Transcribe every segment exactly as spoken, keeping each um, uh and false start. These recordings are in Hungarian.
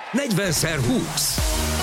negyvenszer húsz.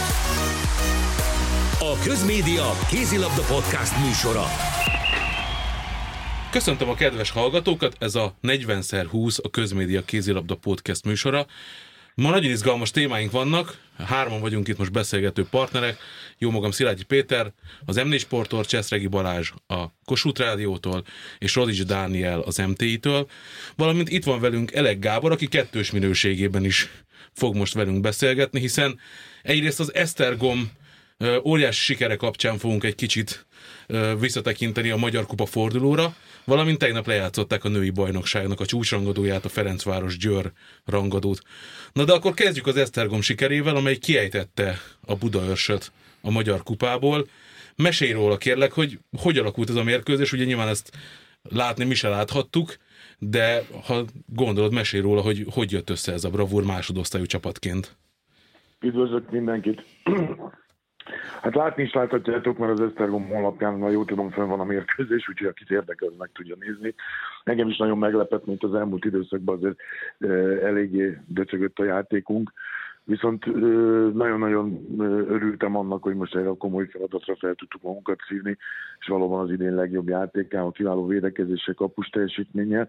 A Közmédia kézilabda podcast műsora. Köszöntöm a kedves hallgatókat, ez a negyvenszer húsz, a Közmédia kézilabda podcast műsora. Ma nagyon izgalmas témáink vannak, hárman vagyunk itt most beszélgető partnerek, jó magam Szilágyi Péter, az em négy Sporttól, Cseszregi Balázs a Kossuth Rádiótól, és Rodics Dániel az em té i-től, valamint itt van velünk Elek Gábor, aki kettős minőségében is fog most velünk beszélgetni, hiszen egyrészt az Esztergom óriási sikere kapcsán fogunk egy kicsit visszatekinteni a Magyar Kupa fordulóra, valamint tegnap lejátszották a női bajnokságnak a csúcsrangadóját, a Ferencváros-Győr rangadót. Na de akkor kezdjük az Esztergom sikerével, amely kiejtette a Budaörsöt a Magyar Kupából. Mesélj róla kérlek, hogy hogy alakult ez a mérkőzés, ugye nyilván ezt látni mi se láthattuk, de ha gondolod, mesélj róla, hogy hogy jött össze ez a bravúr másodosztályú csapatként. Üdvözlök mindenkit! Hát látni is láthatjátok, mert az Esztergom honlapján, ha jól tudom, fenn van a mérkőzés, úgyhogy akit érdekel, meg tudja nézni. Engem is nagyon meglepett, mint az elmúlt időszakban azért e, eléggé döcögött a játékunk. Viszont e, nagyon-nagyon örültem annak, hogy most erre a komoly feladatra fel tudtuk magunkat szívni, és valóban az idén legjobb játékával, kiváló védekezéssel, kapus teljesítménnyel.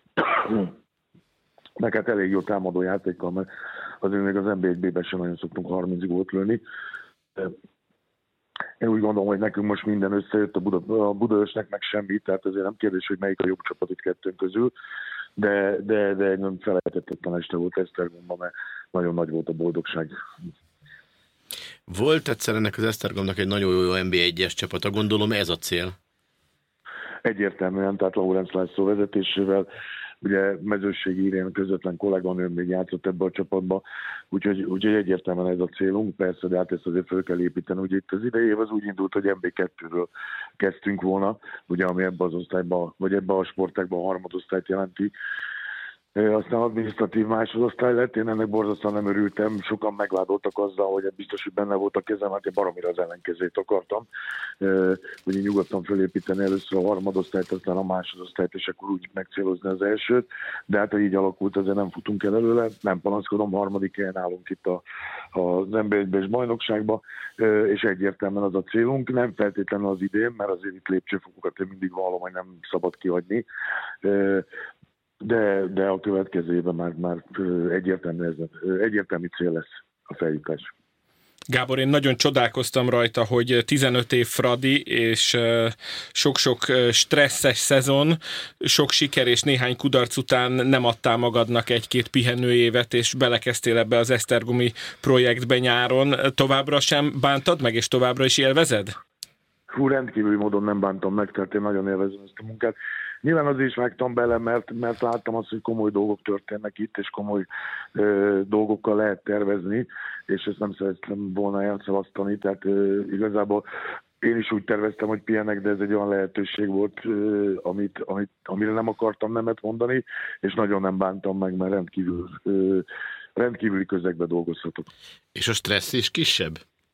Meg hát elég jó támadó játékkal, mert azért még az en bé egy bé-ben sem nagyon szoktunk harminc gólt lőni. Én úgy gondolom, hogy nekünk most minden összejött, a, Buda, a Budaörsnek meg semmi, tehát azért nem kérdés, hogy melyik a jobb csapat itt kettőnk közül, de, de, de egy nem felejthetetlen este volt Esztergomban, mert nagyon nagy volt a boldogság. Volt egyszer ennek az Esztergomnak egy nagyon jó en bé egyes csapata, gondolom ez a cél? Egyértelműen, tehát Lórenc László vezetésével, ugye Mezősségi Irén közvetlen kolléganőm még játszott ebbe a csapatba, úgyhogy, úgyhogy egyértelműen ez a célunk, persze, de hát ezt azért fel kell építeni. Ugye itt az idei év az úgy indult, hogy em bé kettőről kezdtünk volna, ugye ami ebbe az osztályba, vagy ebbe a sportágban a harmadosztályt jelenti. Aztán adminisztratív másodosztály lett, én ennek borzasztóan nem örültem, sokan megvádoltak azzal, hogy biztos, hogy benne volt a kezem, hát én baromira az ellenkezőjét akartam, hogy én nyugodtan fölépíteni először a harmadosztályt, aztán a másodosztályt, és akkor úgy megcélozni az elsőt, de hát így alakult, azért nem futunk el előle, nem panaszkodom, harmadik helyen állunk itt a, az em bé egy-es bajnokságba, és egyértelműen az a célunk, nem feltétlenül az idén, mert azért itt lépcsőfokokat én mindig vallom, hogy nem szabad kihagyni, De, de a következő évben már, már egyértelmű, ez, egyértelmű cél lesz a feljutás. Gábor, én nagyon csodálkoztam rajta, hogy tizenöt év Fradi, és sok-sok stresszes szezon, sok siker és néhány kudarc után nem adtál magadnak egy-két pihenőévet, és belekezdtél ebbe az esztergomi projektbe nyáron. Továbbra sem bántad meg, és továbbra is élvezed? Hú, rendkívüli módon nem bántam meg, tehát én nagyon élvezem ezt a munkát. Nyilván azért is vágtam bele, mert, mert láttam azt, hogy komoly dolgok történnek itt, és komoly ö, dolgokkal lehet tervezni, és ezt nem szerettem volna elszalasztani, tehát ö, igazából én is úgy terveztem, hogy pihenek, de ez egy olyan lehetőség volt, ö, amit, amit, amire nem akartam nemet mondani, és nagyon nem bántam meg, mert rendkívül, ö, rendkívüli közegben dolgozhatok. És a stressz is kisebb?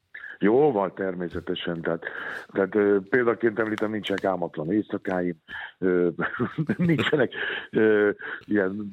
Jóval természetesen, tehát, tehát ö, példaként említem, nincsenek álmatlan éjszakáim, ö, nincsenek ö, ilyen,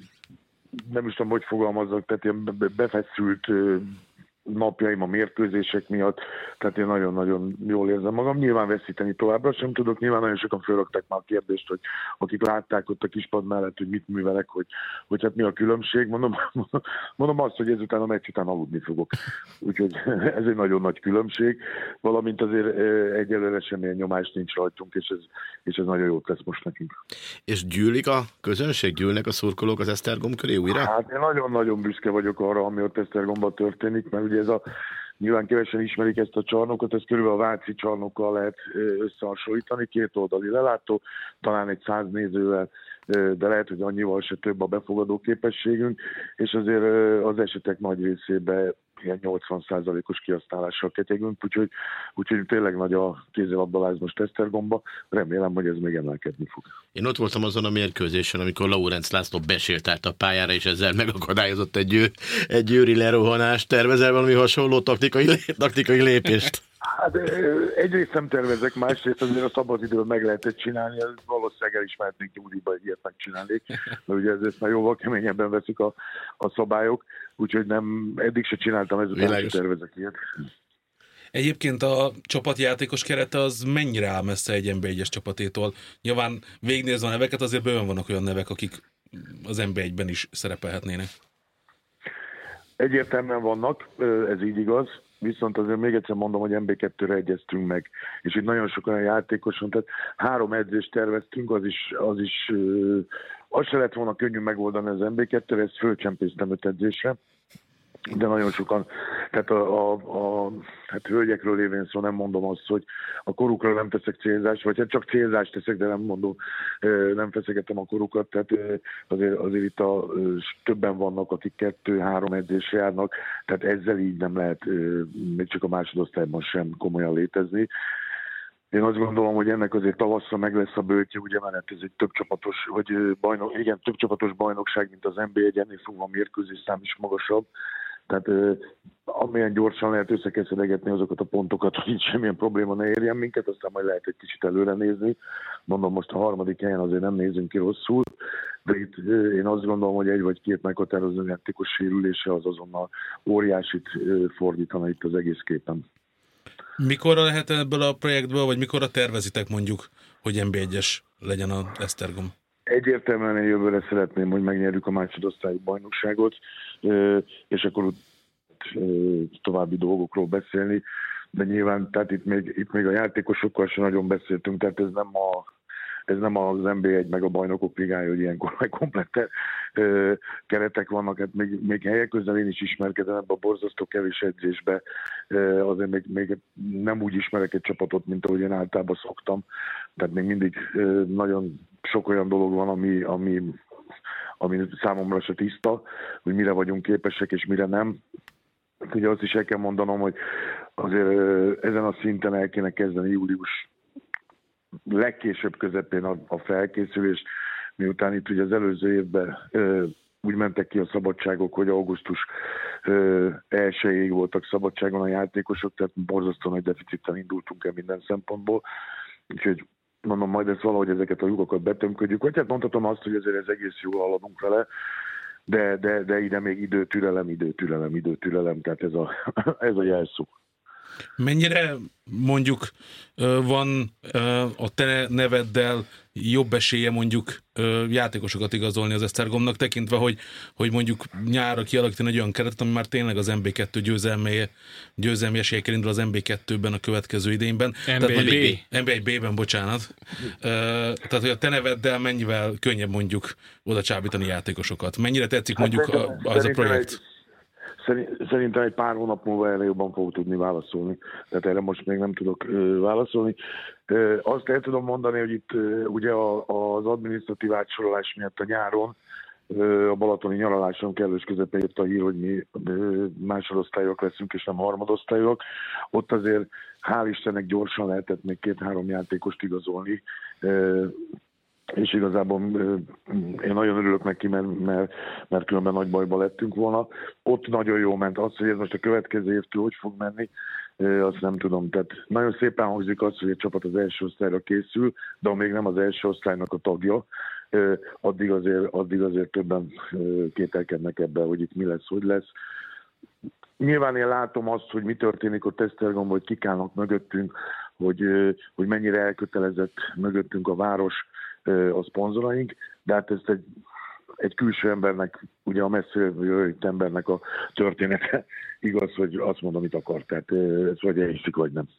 nem is tudom, hogy fogalmazzak, tehát ilyen befeszült ö, napjaim a mérkőzések miatt, tehát én nagyon-nagyon jól érzem magam. Nyilván veszíteni továbbra sem tudok, nyilván nagyon sokan fölrakták már a kérdést, hogy akik látták ott a kispad mellett, hogy mit művelek, hogy, hogy hát mi a különbség. Mondom, mondom azt, hogy ezután a meccs után aludni fogok. Úgyhogy ez egy nagyon nagy különbség, valamint azért egyelőre semmilyen nyomást nincs rajtunk, és ez, és ez nagyon jót lesz most nekünk. És gyűlik a közönség, gyűlnek a szurkolók az Esztergom köré újra? Hát én nagyon-nagyon büszke vagyok arra, ami ott Esztergomban történik, mert ugye ez a, nyilván kevesen ismerik ezt a csarnokot, ezt körülbelül a váci csarnokkal lehet összehasonlítani, két oldali lelátó, talán egy száz nézővel, de lehet, hogy annyival se több a befogadó képességünk, és azért az esetek nagy részében ilyen nyolcvan százalékos kihasználással ketyegünk, úgyhogy, úgyhogy tényleg nagy a kézilabdaláz most Esztergomba, remélem, hogy ez még emelkedni fog. Én ott voltam azon a mérkőzésen, amikor Lórenc László besétált a pályára, és ezzel megakadályozott egy, győr, egy győri lerohanást. Tervezel valami hasonló taktikai, taktikai lépést? Hát egyrészt nem tervezek, másrészt azért a szabadidőben meg lehetett csinálni, valószínűleg el is mehetnénk nyugdíjba, hogy ilyet megcsinálnék, mert ugye ezért már jóval keményebben veszik a, a szabályok, úgyhogy nem, eddig se csináltam, ezután se tervezek ilyet. Egyébként a csapatjátékos kerete az mennyire áll messze egy en bé egyes csapatétól? Nyilván végignézve a neveket, azért bőven vannak olyan nevek, akik az en bé egyben is szerepelhetnének. Egyértelműen vannak, ez így igaz, viszont azért még egyszer mondom, hogy en bé kettőre egyeztünk meg, és itt nagyon sok olyan játékoson, tehát három edzést terveztünk, az is, az is az se lett volna könnyű megoldani az en bé kettőre, ezt fölcsempésztem öt edzésre, de nagyon sokan, tehát a, a, a hát hölgyekről lévén szó nem mondom azt, hogy a korukra nem teszek célzást, vagy hát csak célzást teszek, de nem mondom, nem feszegetem a korukat, tehát azért, azért itt a, többen vannak, akik kettő-három edzésre járnak, tehát ezzel így nem lehet még csak a másodosztályban sem komolyan létezni. Én azt gondolom, hogy ennek azért tavasszal meg lesz a bőtje, ugye, mert ez egy többcsapatos, vagy bajnok, igen, többcsapatos bajnokság, mint az en bé egy, ennél fogva a mérkőzés szám is magasabb. Tehát amilyen gyorsan lehet össze kell szedegetni azokat a pontokat, hogy itt semmilyen probléma ne érjen minket, aztán majd lehet egy kicsit előre nézni. Mondom, most a harmadik helyen azért nem nézünk ki rosszul, de itt én azt gondolom, hogy egy vagy két meghatározó játékos sérülése az azonnal óriásit fordítana itt az egész képen. Mikorra lehet ebből a projektből, vagy mikorra tervezitek mondjuk, hogy en bé egyes legyen a Esztergom? Egyértelműen én jövőre szeretném, hogy megnyerjük a másodosztályú bajnokságot, és akkor további dolgokról beszélni, de nyilván tehát itt még, itt még a játékosokkal sem nagyon beszéltünk, tehát ez nem a Ez nem az en bé egy meg a bajnokok ligája, hogy ilyenkor komplett ö, keretek vannak, hát még, még helyek közben én is ismerkedem ebbe a borzasztó kevés edzésbe, ö, azért még, még nem úgy ismerek egy csapatot, mint ahogy én általában szoktam, tehát még mindig ö, nagyon sok olyan dolog van, ami, ami, ami számomra se tiszta, hogy mire vagyunk képesek és mire nem. Ugye azt is el kell mondanom, hogy azért ö, ezen a szinten el kéne kezdeni július legkésőbb közepén a, a felkészülés, miután itt ugye az előző évben ö, úgy mentek ki a szabadságok, hogy augusztus elsejéig voltak szabadságon a játékosok, tehát borzasztó nagy deficittel indultunk el minden szempontból, úgyhogy mondom, majd ezt valahogy ezeket a lyukokat betömködjük, vagy hát mondhatom azt, hogy ezért ez egész jól haladunk vele, de, de, de ide még időtürelem, időtürelem, időtürelem, tehát ez a, ez a jelszó. Mennyire mondjuk van a te neveddel jobb esélye mondjuk játékosokat igazolni az Esztergomnak, tekintve, hogy, hogy mondjuk nyárra kialakítani egy olyan keretet, ami már tényleg az en bé kettő győzelmei, győzelmi esélyekkel indul az en bé kettőben a következő idényben. en bé egy en bé egy bé-ben, bocsánat. Tehát, hogy a te neveddel mennyivel könnyebb mondjuk oda csábítani játékosokat? Mennyire tetszik mondjuk hát, a, az a projekt? Szerintem egy pár hónap múlva erre jobban fogok tudni válaszolni. Tehát erre most még nem tudok ö, válaszolni. Ö, azt el tudom mondani, hogy itt ö, ugye a, az adminisztratív átsorolás miatt a nyáron, ö, a balatoni nyaraláson kellős közepén jött a hír, hogy mi ö, másodosztályok leszünk, és nem harmadosztályok. Ott azért hál' Istennek gyorsan lehetett még két-három játékost igazolni. Ö, és igazából én nagyon örülök neki, mert, mert, mert különben nagy bajba lettünk volna. Ott nagyon jó ment. Az, hogy ez most a következő évtől hogy fog menni, azt nem tudom. Tehát nagyon szépen hangzik az, hogy egy csapat az első osztályra készül, de ha még nem az első osztálynak a tagja, addig azért, addig azért többen kételkednek ebben, hogy itt mi lesz, hogy lesz. Nyilván én látom azt, hogy mi történik ott Esztergomban, hogy kik állnak mögöttünk, hogy, hogy mennyire elkötelezett mögöttünk a város, a szponzoraink, de hát ezt egy, egy külső embernek, ugye a messziről jövő embernek a története igaz, hogy azt mondom, amit akar, tehát ez vagy elhiszik, vagy nem.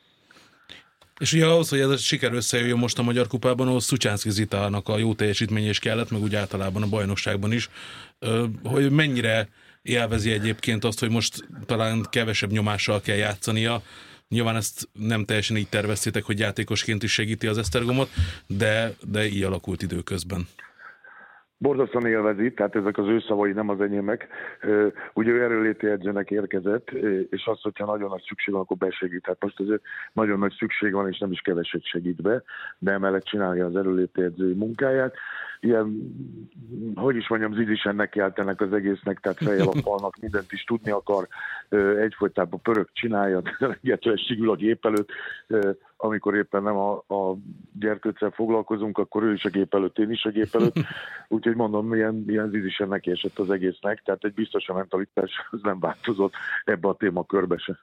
És ugye ahhoz, hogy ez a siker összejöjjön most a Magyar Kupában, ahhoz Szucsánszky Zitának a jó teljesítménye is kellett, meg úgy általában a bajnokságban is, hogy mennyire élvezi egyébként azt, hogy most talán kevesebb nyomással kell játszania. Nyilván ezt nem teljesen így terveztétek, hogy játékosként is segíti az Esztergomot, de, de így alakult időközben. Borzasztóan élvezi, tehát ezek az ő szavai, nem az enyémek. Ugye ő erőléti edzőnek érkezett, és azt, hogyha nagyon nagy szükség van, akkor besegít. Tehát most azért nagyon nagy szükség van, és nem is keveset segít be, de emellett csinálja az erőléti edzői munkáját. Ilyen, hogy is mondjam, zizisen nekiállt ennek az egésznek, tehát fejjel a falnak, mindent is tudni akar, egyfolytában pörög csinálja, illetve sigül a gép előtt. amikor éppen nem a, a gyerkőccel foglalkozunk, akkor ő is a gép előtt, én is a gép előtt. Úgyhogy mondom, ilyen, ilyen zizisen neki esett az egésznek, tehát egy biztos a mentalitás az nem változott ebbe a témakörbe se.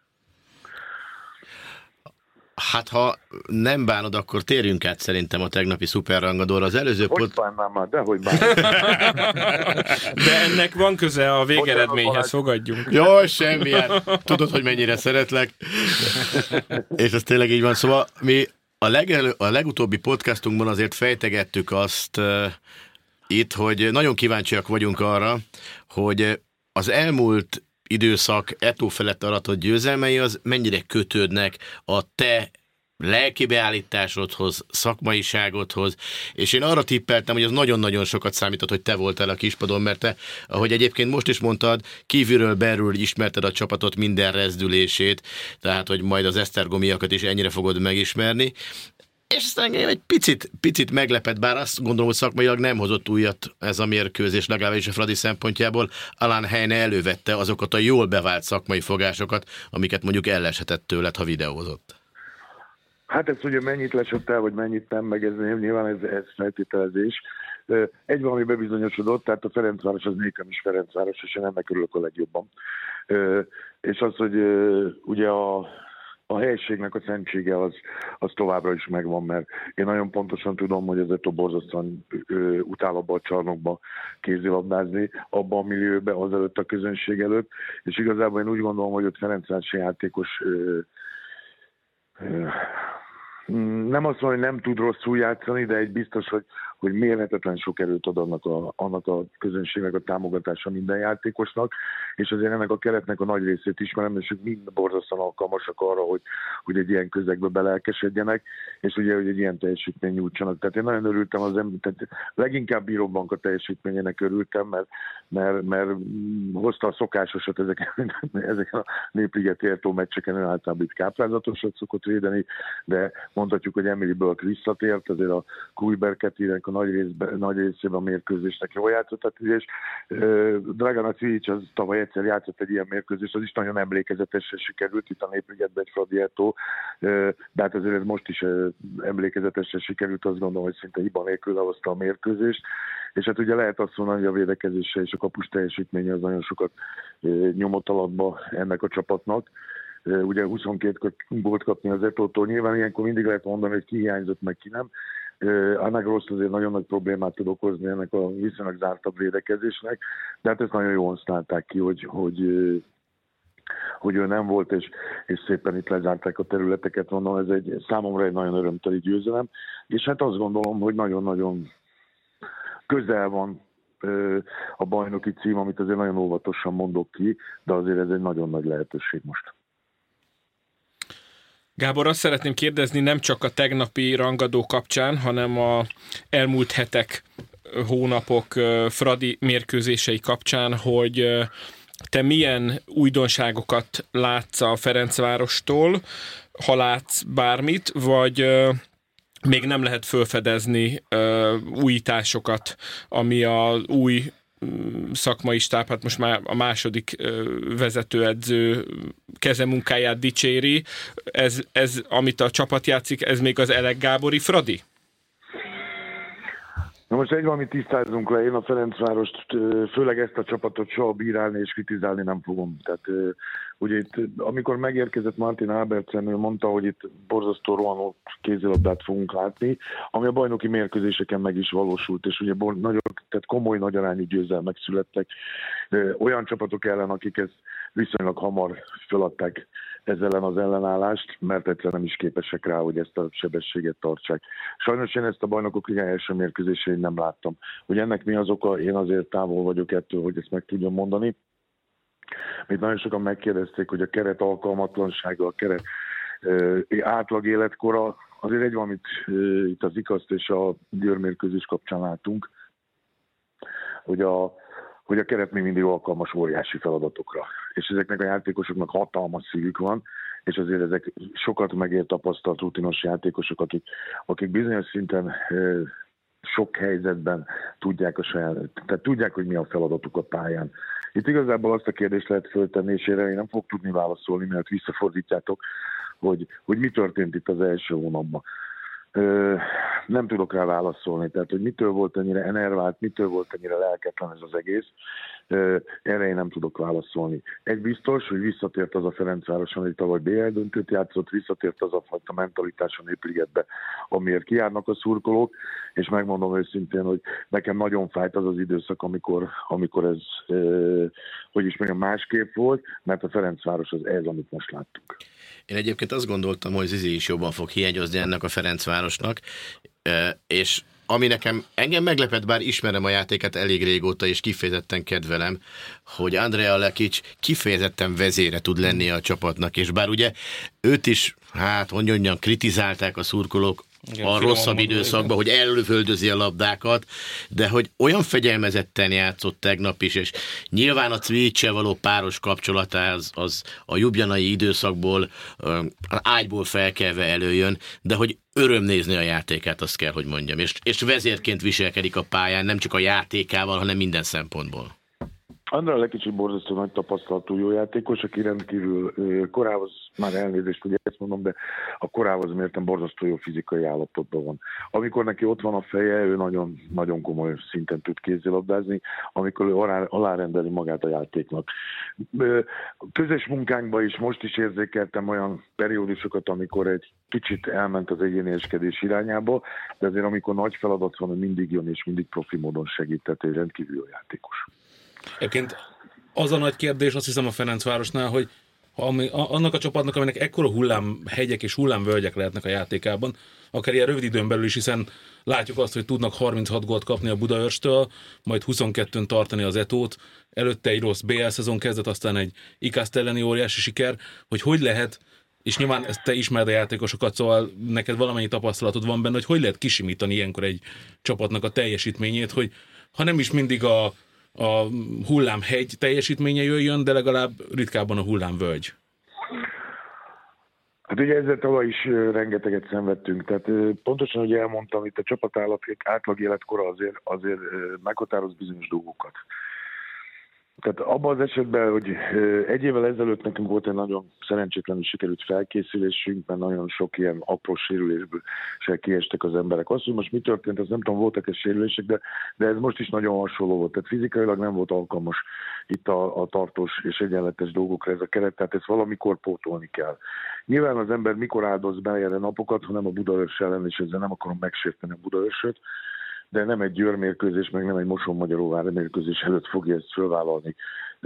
Hát ha nem bánod, akkor térjünk át szerintem a tegnapi szuperrangadóra. Az előző... Hogy pot... bánnám már, dehogy bánnám. De ennek van köze a végeredményhez, fogadjunk. Jó, semmilyen. Tudod, hogy mennyire szeretlek. És ez tényleg így van. Szóval mi a, legelő, a legutóbbi podcastunkban azért fejtegettük azt uh, itt, hogy nagyon kíváncsiak vagyunk arra, hogy az elmúlt időszak Eto'o felett aratott győzelmei az mennyire kötődnek a te lelkibeállításodhoz, szakmaiságodhoz, és én arra tippeltem, hogy az nagyon-nagyon sokat számított, hogy te voltál a kispadon, mert te, ahogy egyébként most is mondtad, kívülről belül ismerted a csapatot minden rezdülését, tehát, hogy majd az esztergomiakat is ennyire fogod megismerni, és aztán engem egy picit, picit meglepett, bár azt gondolom, hogy szakmailag nem hozott újat ez a mérkőzés, legalábbis a Fradi szempontjából. Alain Heine elővette azokat a jól bevált szakmai fogásokat, amiket mondjuk elleshetett tőled, ha videózott. Hát ez ugye mennyit lesett el, vagy mennyit nem, meg ez nyilván ez, ez feltételezés. Egy valami bebizonyosodott, tehát a Ferencváros az nekem is Ferencváros, és én ennek örülök a legjobban. És az, hogy ugye a A helységnek a szentsége az, az továbbra is megvan, mert én nagyon pontosan tudom, hogy az Eto'o borzasztóan utál abba a csarnokba kézilabdázni, abban a millióben, azelőtt a közönség előtt, és igazából én úgy gondolom, hogy ott Ferencvárosi játékos ö, ö, nem azt mondom, hogy nem tud rosszul játszani, de egy biztos, hogy, hogy mérhetetlen sok erőt ad annak a, annak a közönségnek a támogatása minden játékosnak, és azért ennek a keretnek a nagy részét ismerem, és ők mind borzasztóan alkalmasak arra, hogy, hogy egy ilyen közegbe belelkesedjenek, és ugye, hogy egy ilyen teljesítmény nyújtsanak. Tehát én nagyon örültem az ember, tehát leginkább Bíróbank a teljesítményének örültem, mert, mert, mert hozta a szokásosat ezeken, ezeken a Népligeti Eto'o meccseken, általában itt káprázatosat szokott védeni, de mondhatjuk, hogy Emily Burke visszatért, azért a Kujberketinek a nagy, részbe, nagy részében a mérkőzésnek jól játszott, és uh, Dragana Cvijic az tavaly egyszer játszott egy ilyen mérkőzést, az is nagyon emlékezetesen sikerült itt a Népligetben egy Fradi Eto'o, uh, de hát azért ez most is uh, emlékezetesen sikerült, azt gondolom, hogy szinte hiba nélkül lehozta a mérkőzést, és hát ugye lehet azt mondani, hogy a védekezése és a kapus teljesítménye az nagyon sokat uh, nyomott alatba ennek a csapatnak. Ugye huszonkét gólt kapni az Eto'tól. Nyilván ilyenkor mindig lehet mondani, hogy ki hiányzott, meg ki nem. Annak rossz azért nagyon nagy problémát tud okozni ennek a viszonylag zártabb védekezésnek, de hát ezt nagyon jól használták ki, hogy, hogy, hogy ő nem volt, és, és szépen itt lezárták a területeket. Mondom, ez egy számomra egy nagyon örömteli győzelem, és hát azt gondolom, hogy nagyon-nagyon közel van a bajnoki cím, amit azért nagyon óvatosan mondok ki, de azért ez egy nagyon nagy lehetőség most. Gábor, azt szeretném kérdezni nem csak a tegnapi rangadó kapcsán, hanem a elmúlt hetek, hónapok Fradi mérkőzései kapcsán, hogy te milyen újdonságokat látsz a Ferencvárostól, ha látsz bármit, vagy még nem lehet felfedezni újításokat, ami az új szakmai stáb, hát most már a második vezetőedző kezemunkáját dicséri. Ez, ez, amit a csapat játszik, ez még az Elek Gábori Fradi? Na most egy valamit tisztázzunk le, én a Ferencvárost, főleg ezt a csapatot soha bírálni és kritizálni nem fogom. Tehát ugye itt, amikor megérkezett Martin Albertsen, ő mondta, hogy itt borzasztó rohanó kézilabdát fogunk látni, ami a bajnoki mérkőzéseken meg is valósult, és ugye nagyon, tehát komoly nagy arányú győzelmek születtek olyan csapatok ellen, akik ezt viszonylag hamar feladták ez ellen az ellenállást, mert egyszer nem is képesek rá, hogy ezt a sebességet tartsák. Sajnos én ezt a bajnokok ligája első mérkőzésén nem láttam. Hogy ennek mi az oka, én azért távol vagyok ettől, hogy ezt meg tudjam mondani. Még nagyon sokan megkérdezték, hogy a keret alkalmatlansága, a keret uh, átlag életkora, azért egy valamit uh, itt az ikaszt és a győrmérkőzés kapcsán látunk, hogy a hogy a keret még mindig alkalmas óriási feladatokra. És ezeknek a játékosoknak hatalmas szívük van, és azért ezek sokat megért tapasztalt rutinos játékosok, akik, akik bizonyos szinten e, sok helyzetben tudják a saját, tehát tudják, hogy mi a feladatuk a pályán. Itt igazából azt a kérdést lehet föltenni, és erre én nem fogok tudni válaszolni, mert visszafordítjátok, hogy, hogy mi történt itt az első hónapban. Ö, nem tudok rá válaszolni, tehát hogy mitől volt ennyire enervált, mitől volt ennyire lelketlen ez az egész, ö, erre én nem tudok válaszolni. Egy biztos, hogy visszatért az a Ferencváros, ami tavaly bé el döntőt játszott, visszatért az a fajta mentalitás a Népligetbe, amiért kijárnak a szurkolók, és megmondom őszintén, hogy nekem nagyon fájt az az időszak, amikor, amikor ez, ö, hogy is mondjam, másképp volt, mert a Ferencváros az ez, amit most láttuk. Én egyébként azt gondoltam, hogy Zizi is jobban fog hiányozni ennek a Ferencvárosnak, és ami nekem engem meglepett, bár ismerem a játékát elég régóta, és kifejezetten kedvelem, hogy Andrea Lekic kifejezetten vezére tud lenni a csapatnak, és bár ugye őt is, hát hogy mondjam, kritizálták a szurkolók, igen, a rosszabb időszakban, hogy elövöldözi a labdákat, de hogy olyan fegyelmezetten játszott tegnap is, és nyilván a Cvicsel való páros kapcsolata az, az a jubjanai időszakból, az ágyból felkelve előjön, de hogy öröm nézni a játékát, azt kell, hogy mondjam, és, és vezérként viselkedik a pályán, nem csak a játékával, hanem minden szempontból. Andrea Lekic borzasztó nagy tapasztalatú jó játékos, aki rendkívül korához, már elnézést, ugye ezt mondom, de a korához mérten borzasztó jó fizikai állapotban van. Amikor neki ott van a feje, ő nagyon, nagyon komoly szinten tud kézilabdázni, amikor ő alárendeli magát a játéknak. Közös munkánkban is most is érzékeltem olyan periódusokat, amikor egy kicsit elment az egyénieskedés irányába, de azért amikor nagy feladat van, mindig jön és mindig profi módon segít, tehát egy rendkívül jó játékos. Egyébként az a nagy kérdés, azt hiszem a Ferencvárosnál, hogy ami, annak a csapatnak, aminek ekkora hullámhegyek és hullámvölgyek lehetnek a játékában, akár ilyen rövid időn belül is, hiszen látjuk azt, hogy tudnak harminchat gólt kapni a Budaörstől, majd huszonkettőn tartani az Etót, előtte egy rossz bé el szezon kezdett, aztán egy Ikászt elleni óriási siker, hogy hogy lehet, és nyilván ezt te ismered a játékosokat, szóval neked valamennyi tapasztalatod van benne, hogy hogy lehet kisimítani ilyenkor egy csapatnak a teljesítményét, hogy ha nem is mindig a a hullámhegy teljesítménye jöjjön, de legalább ritkábban a hullámvölgy. Hát ugye ezzel tavaly is rengeteget szenvedtünk, tehát pontosan, hogy elmondtam, itt a csapat átlag életkora azért, azért meghatároz bizonyos dolgokat. Tehát abban az esetben, hogy egy évvel ezelőtt nekünk volt egy nagyon szerencsétlenül sikerült felkészülésünk, mert nagyon sok ilyen apró sérülésből se kiestek az emberek. Azt, hogy most mi történt, azt nem tudom, voltak-e sérülések, de, de ez most is nagyon hasonló volt. Tehát fizikailag nem volt alkalmas itt a, a tartós és egyenletes dolgokra ez a keret, tehát ezt valamikor pótolni kell. Nyilván az ember mikor áldoz be erre napokat, hanem a Budaörs ellen, és ezzel nem akarom megsérteni a Budaörsöt, de nem egy Győr mérkőzés, meg nem egy Mosonmagyaróvár mérkőzés előtt fogja ezt fölvállalni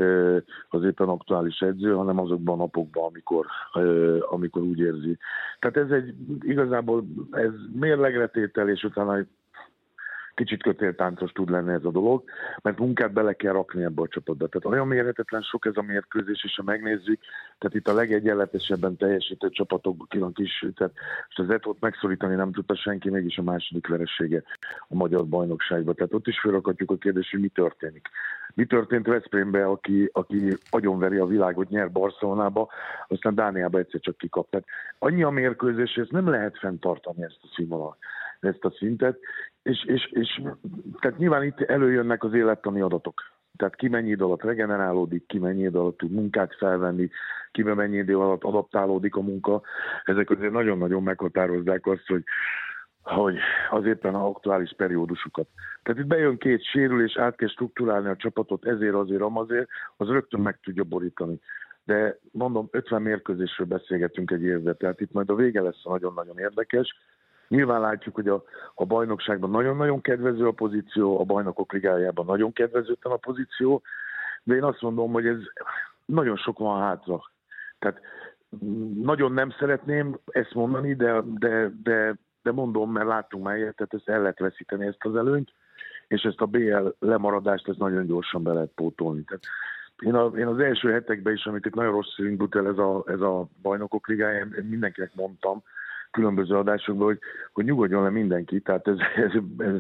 az éppen aktuális edző, hanem azokban a napokban, amikor, amikor úgy érzi. Tehát ez egy igazából ez mérlegretétel, és utána egy kicsit kötéltáncos tud lenni ez a dolog, mert munkát bele kell rakni ebbe a csapatba. Tehát olyan mérhetetlen sok ez a mérkőzés, és ha megnézzük, tehát itt a legegyenletesebben teljesítő csapatokban kilán is, tehát most az Etót megszorítani nem tudta senki, mégis a második veresége a magyar bajnokságban. Tehát ott is felrakhatjuk a kérdést, hogy mi történik. Mi történt Veszprémbe, aki, aki agyonveri a világot, nyer Barcelonába, aztán Dániába egyszer csak kikap. Tehát annyi a mérkőzés, ezt nem lehet fenntartani ezt a színvonalat, ezt a szintet, és, és, és tehát nyilván itt előjönnek az élettani adatok. Tehát ki mennyi idő alatt regenerálódik, ki mennyi idő alatt tud munkát felvenni, ki mennyi idő alatt adaptálódik a munka. Ezek azért nagyon-nagyon meghatározzák azt, hogy, hogy az éppen az aktuális periódusukat. Tehát itt bejön két sérülés, át kell struktúrálni a csapatot, ezért, azért, amazért, az rögtön meg tudja borítani. De mondom, ötven mérkőzésről beszélgetünk egy évben, tehát itt majd a vége lesz nagyon-nagyon érdekes. Nyilván látjuk, hogy a, a bajnokságban nagyon-nagyon kedvező a pozíció, a bajnokok ligájában nagyon kedvezőtlen a pozíció, de én azt mondom, hogy ez nagyon sok van hátra. Tehát nagyon nem szeretném ezt mondani, de, de, de, de mondom, mert láttunk már ilyet, tehát ezt el lehet veszíteni, ezt az előnyt, és ezt a bé el lemaradást ezt nagyon gyorsan be lehet pótolni. Tehát én, a, én az első hetekben is, amit itt nagyon rossz indult el ez a, ez a bajnokok ligája, én mindenkinek mondtam, különböző adásokban, hogy, hogy nyugodjon le mindenki, tehát ez, ez, ez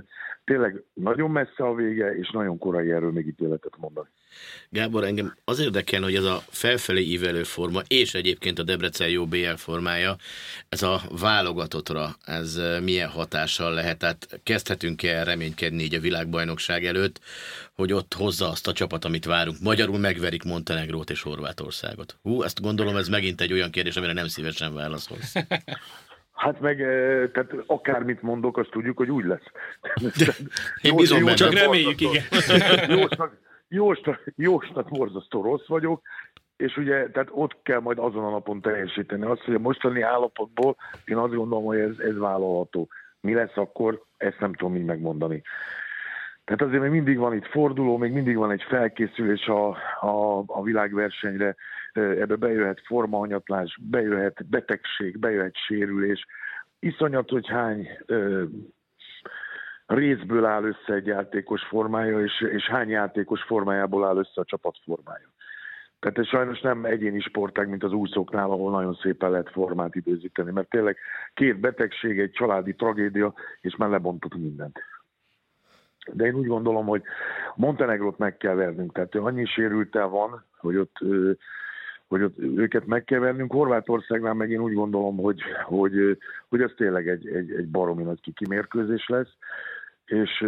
tényleg nagyon messze a vége, és nagyon korai erről még ítéletet mondani. Gábor, engem az érdekel, hogy ez a felfelé ívelő forma, és egyébként a Debrecen jó bé el formája, ez a válogatottra, ez milyen hatással lehet? Tehát kezdhetünk-e reménykedni így a világbajnokság előtt, hogy ott hozza azt a csapat, amit várunk? Magyarul megverik Montenegrót és Horvátországot. Hú, ezt gondolom, ez megint egy olyan kérdés, amire nem szívesen válaszolsz. Hát meg, tehát akármit mondok, azt tudjuk, hogy úgy lesz. Én bizony benne. Csak reméljük, igen. Jósnak, jósnak, jósnak borzasztó rossz vagyok, és ugye, tehát ott kell majd azon a napon teljesíteni. Azt, hogy a mostani állapotból én azt gondolom, hogy ez, ez vállalható. Mi lesz akkor, ezt nem tudom így megmondani. Tehát azért még mindig van itt forduló, még mindig van egy felkészülés a, a, a világversenyre, ebbe bejöhet formahanyatlás, bejöhet betegség, bejöhet sérülés. Iszonyat, hogy hány ö, részből áll össze egy játékos formája, és, és hány játékos formájából áll össze a csapat formája. Tehát ez sajnos nem egyéni sportág, mint az úszóknál, ahol nagyon szépen lehet formát időzíteni, mert tényleg két betegség, egy családi tragédia, és már lebontott mindent. De én úgy gondolom, hogy Montenegrót meg kell vernünk, tehát annyi sérültel van, hogy ott, hogy ott őket meg kell vernünk. Horvátországnál meg én úgy gondolom, hogy, hogy, hogy ez tényleg egy, egy, egy baromi nagy kikimérkőzés lesz, és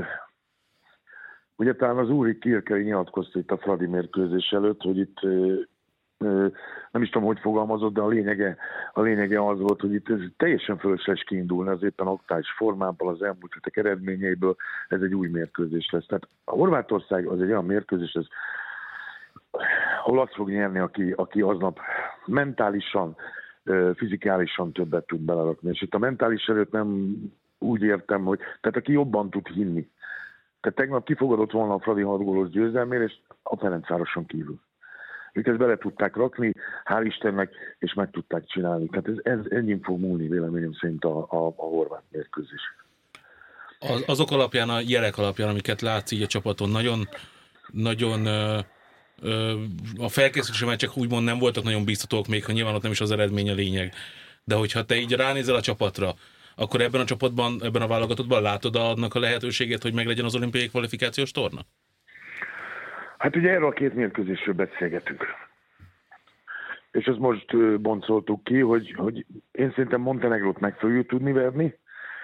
ugye talán az Úri Kirkei nyilatkozta itt a Fradi mérkőzés előtt, hogy itt nem is tudom, hogy fogalmazott, de a lényege, a lényege az volt, hogy itt ez teljesen fölösleges kiindulni az éppen aktuális formából, az elmúlt hetek eredményeiből, ez egy új mérkőzés lesz. Tehát a Horvátország az egy olyan mérkőzés, ez, ahol azt fog nyerni, aki, aki aznap mentálisan, fizikálisan többet tud belerakni. És itt a mentális erőt nem úgy értem, hogy tehát aki jobban tud hinni. Tehát tegnap kifogadott volna a Fradi hat gólos győzelmére, és a Ferencvároson kívül. Ők ezt bele tudták rakni, hál' Istennek, és meg tudták csinálni. Tehát ez, ez ennyi fog múlni véleményem szerint a, a, a horvát mérkőzés. Az, azok alapján, a jelek alapján, amiket látsz így a csapaton, nagyon, nagyon ö, ö, a felkészülési meccsek úgymond nem voltak nagyon biztatók, még ha nyilván ott nem is az eredmény a lényeg. De hogyha te így ránézel a csapatra, akkor ebben a csapatban, ebben a válogatottban látod annak a lehetőséget, hogy meglegyen az olimpiai kvalifikációs torna? Hát ugye erről a két mérkőzésről beszélgetünk. És ezt most boncoltuk ki, hogy, hogy én szerintem Montenegrót meg fogjuk tudni verni.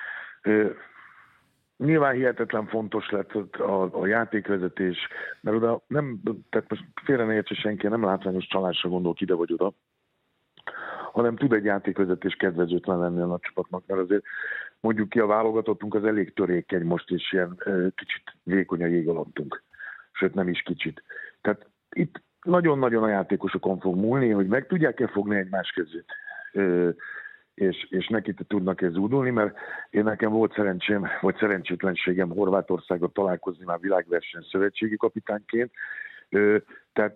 Nyilván hihetetlen fontos lett a, a játékvezetés, mert oda nem, tehát most félre ne értse senki, nem látványos csalásra gondolok ide vagy oda, hanem tud egy játékvezetés kedvezőtlen lenni a nagy csapatnak, mert azért mondjuk ki a válogatottunk az elég törékeny most, és ilyen kicsit vékony a jég alattunk. Sőt, nem is kicsit. Tehát itt nagyon-nagyon a játékosokon fog múlni, hogy meg tudják-e fogni egymás kezét, és, és neki tudnak-e zúdulni, mert én nekem volt szerencsém, vagy szerencsétlenségem Horvátországgal találkozni már világverseny szövetségi kapitányként. Tehát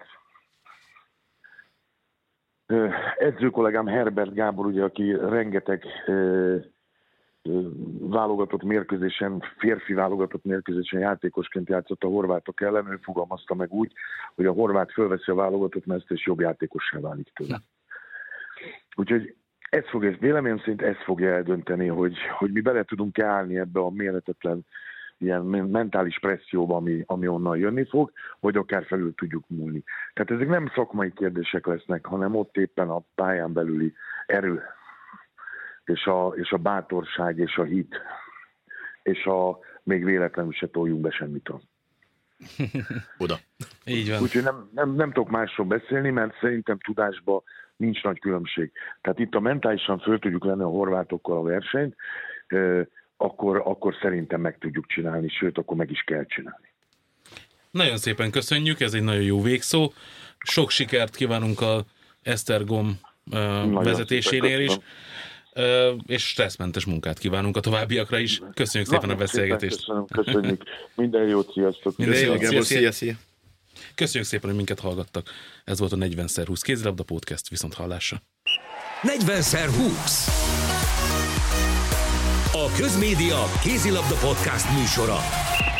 edző kollégám Herbert Gábor, ugye, aki rengeteg válogatott mérkőzésen, férfi válogatott mérkőzésen játékosként játszott a horvátok ellen, ő fogalmazta meg úgy, hogy a horvát fölveszi a válogatott mezt, és jobb játékossá válik tőle. Úgyhogy ez fog, ez véleményem szerint ez fogja eldönteni, hogy, hogy mi bele tudunk állni ebbe a méretetlen ilyen mentális presszióba, ami, ami onnan jönni fog, vagy akár felül tudjuk múlni. Tehát ezek nem szakmai kérdések lesznek, hanem ott éppen a pályán belüli erő, és a, és a bátorság, és a hit, és a még véletlenül se toljunk be semmitől. Oda. Így van. Úgyhogy nem, nem, nem tudok másról beszélni, mert szerintem tudásban nincs nagy különbség. Tehát itt a mentálisan föl tudjuk lenni a horvátokkal a versenyt, eh, akkor, akkor szerintem meg tudjuk csinálni, sőt, akkor meg is kell csinálni. Nagyon szépen köszönjük, ez egy nagyon jó végszó. Sok sikert kívánunk a Esztergom uh, vezetésénél is. Uh, és stresszmentes munkát kívánunk a továbbiakra is. Köszönjük szépen a beszélgetést. Köszönöm, köszönjük. Minden jót, sziasztok. Minden jót, Szia, szia, szia. Köszönjük szépen, hogy minket hallgattak. Ez volt a negyven szer húsz kézilabda podcast, viszont hallásra. negyven szer húsz A Közmédia kézilabda podcast műsora.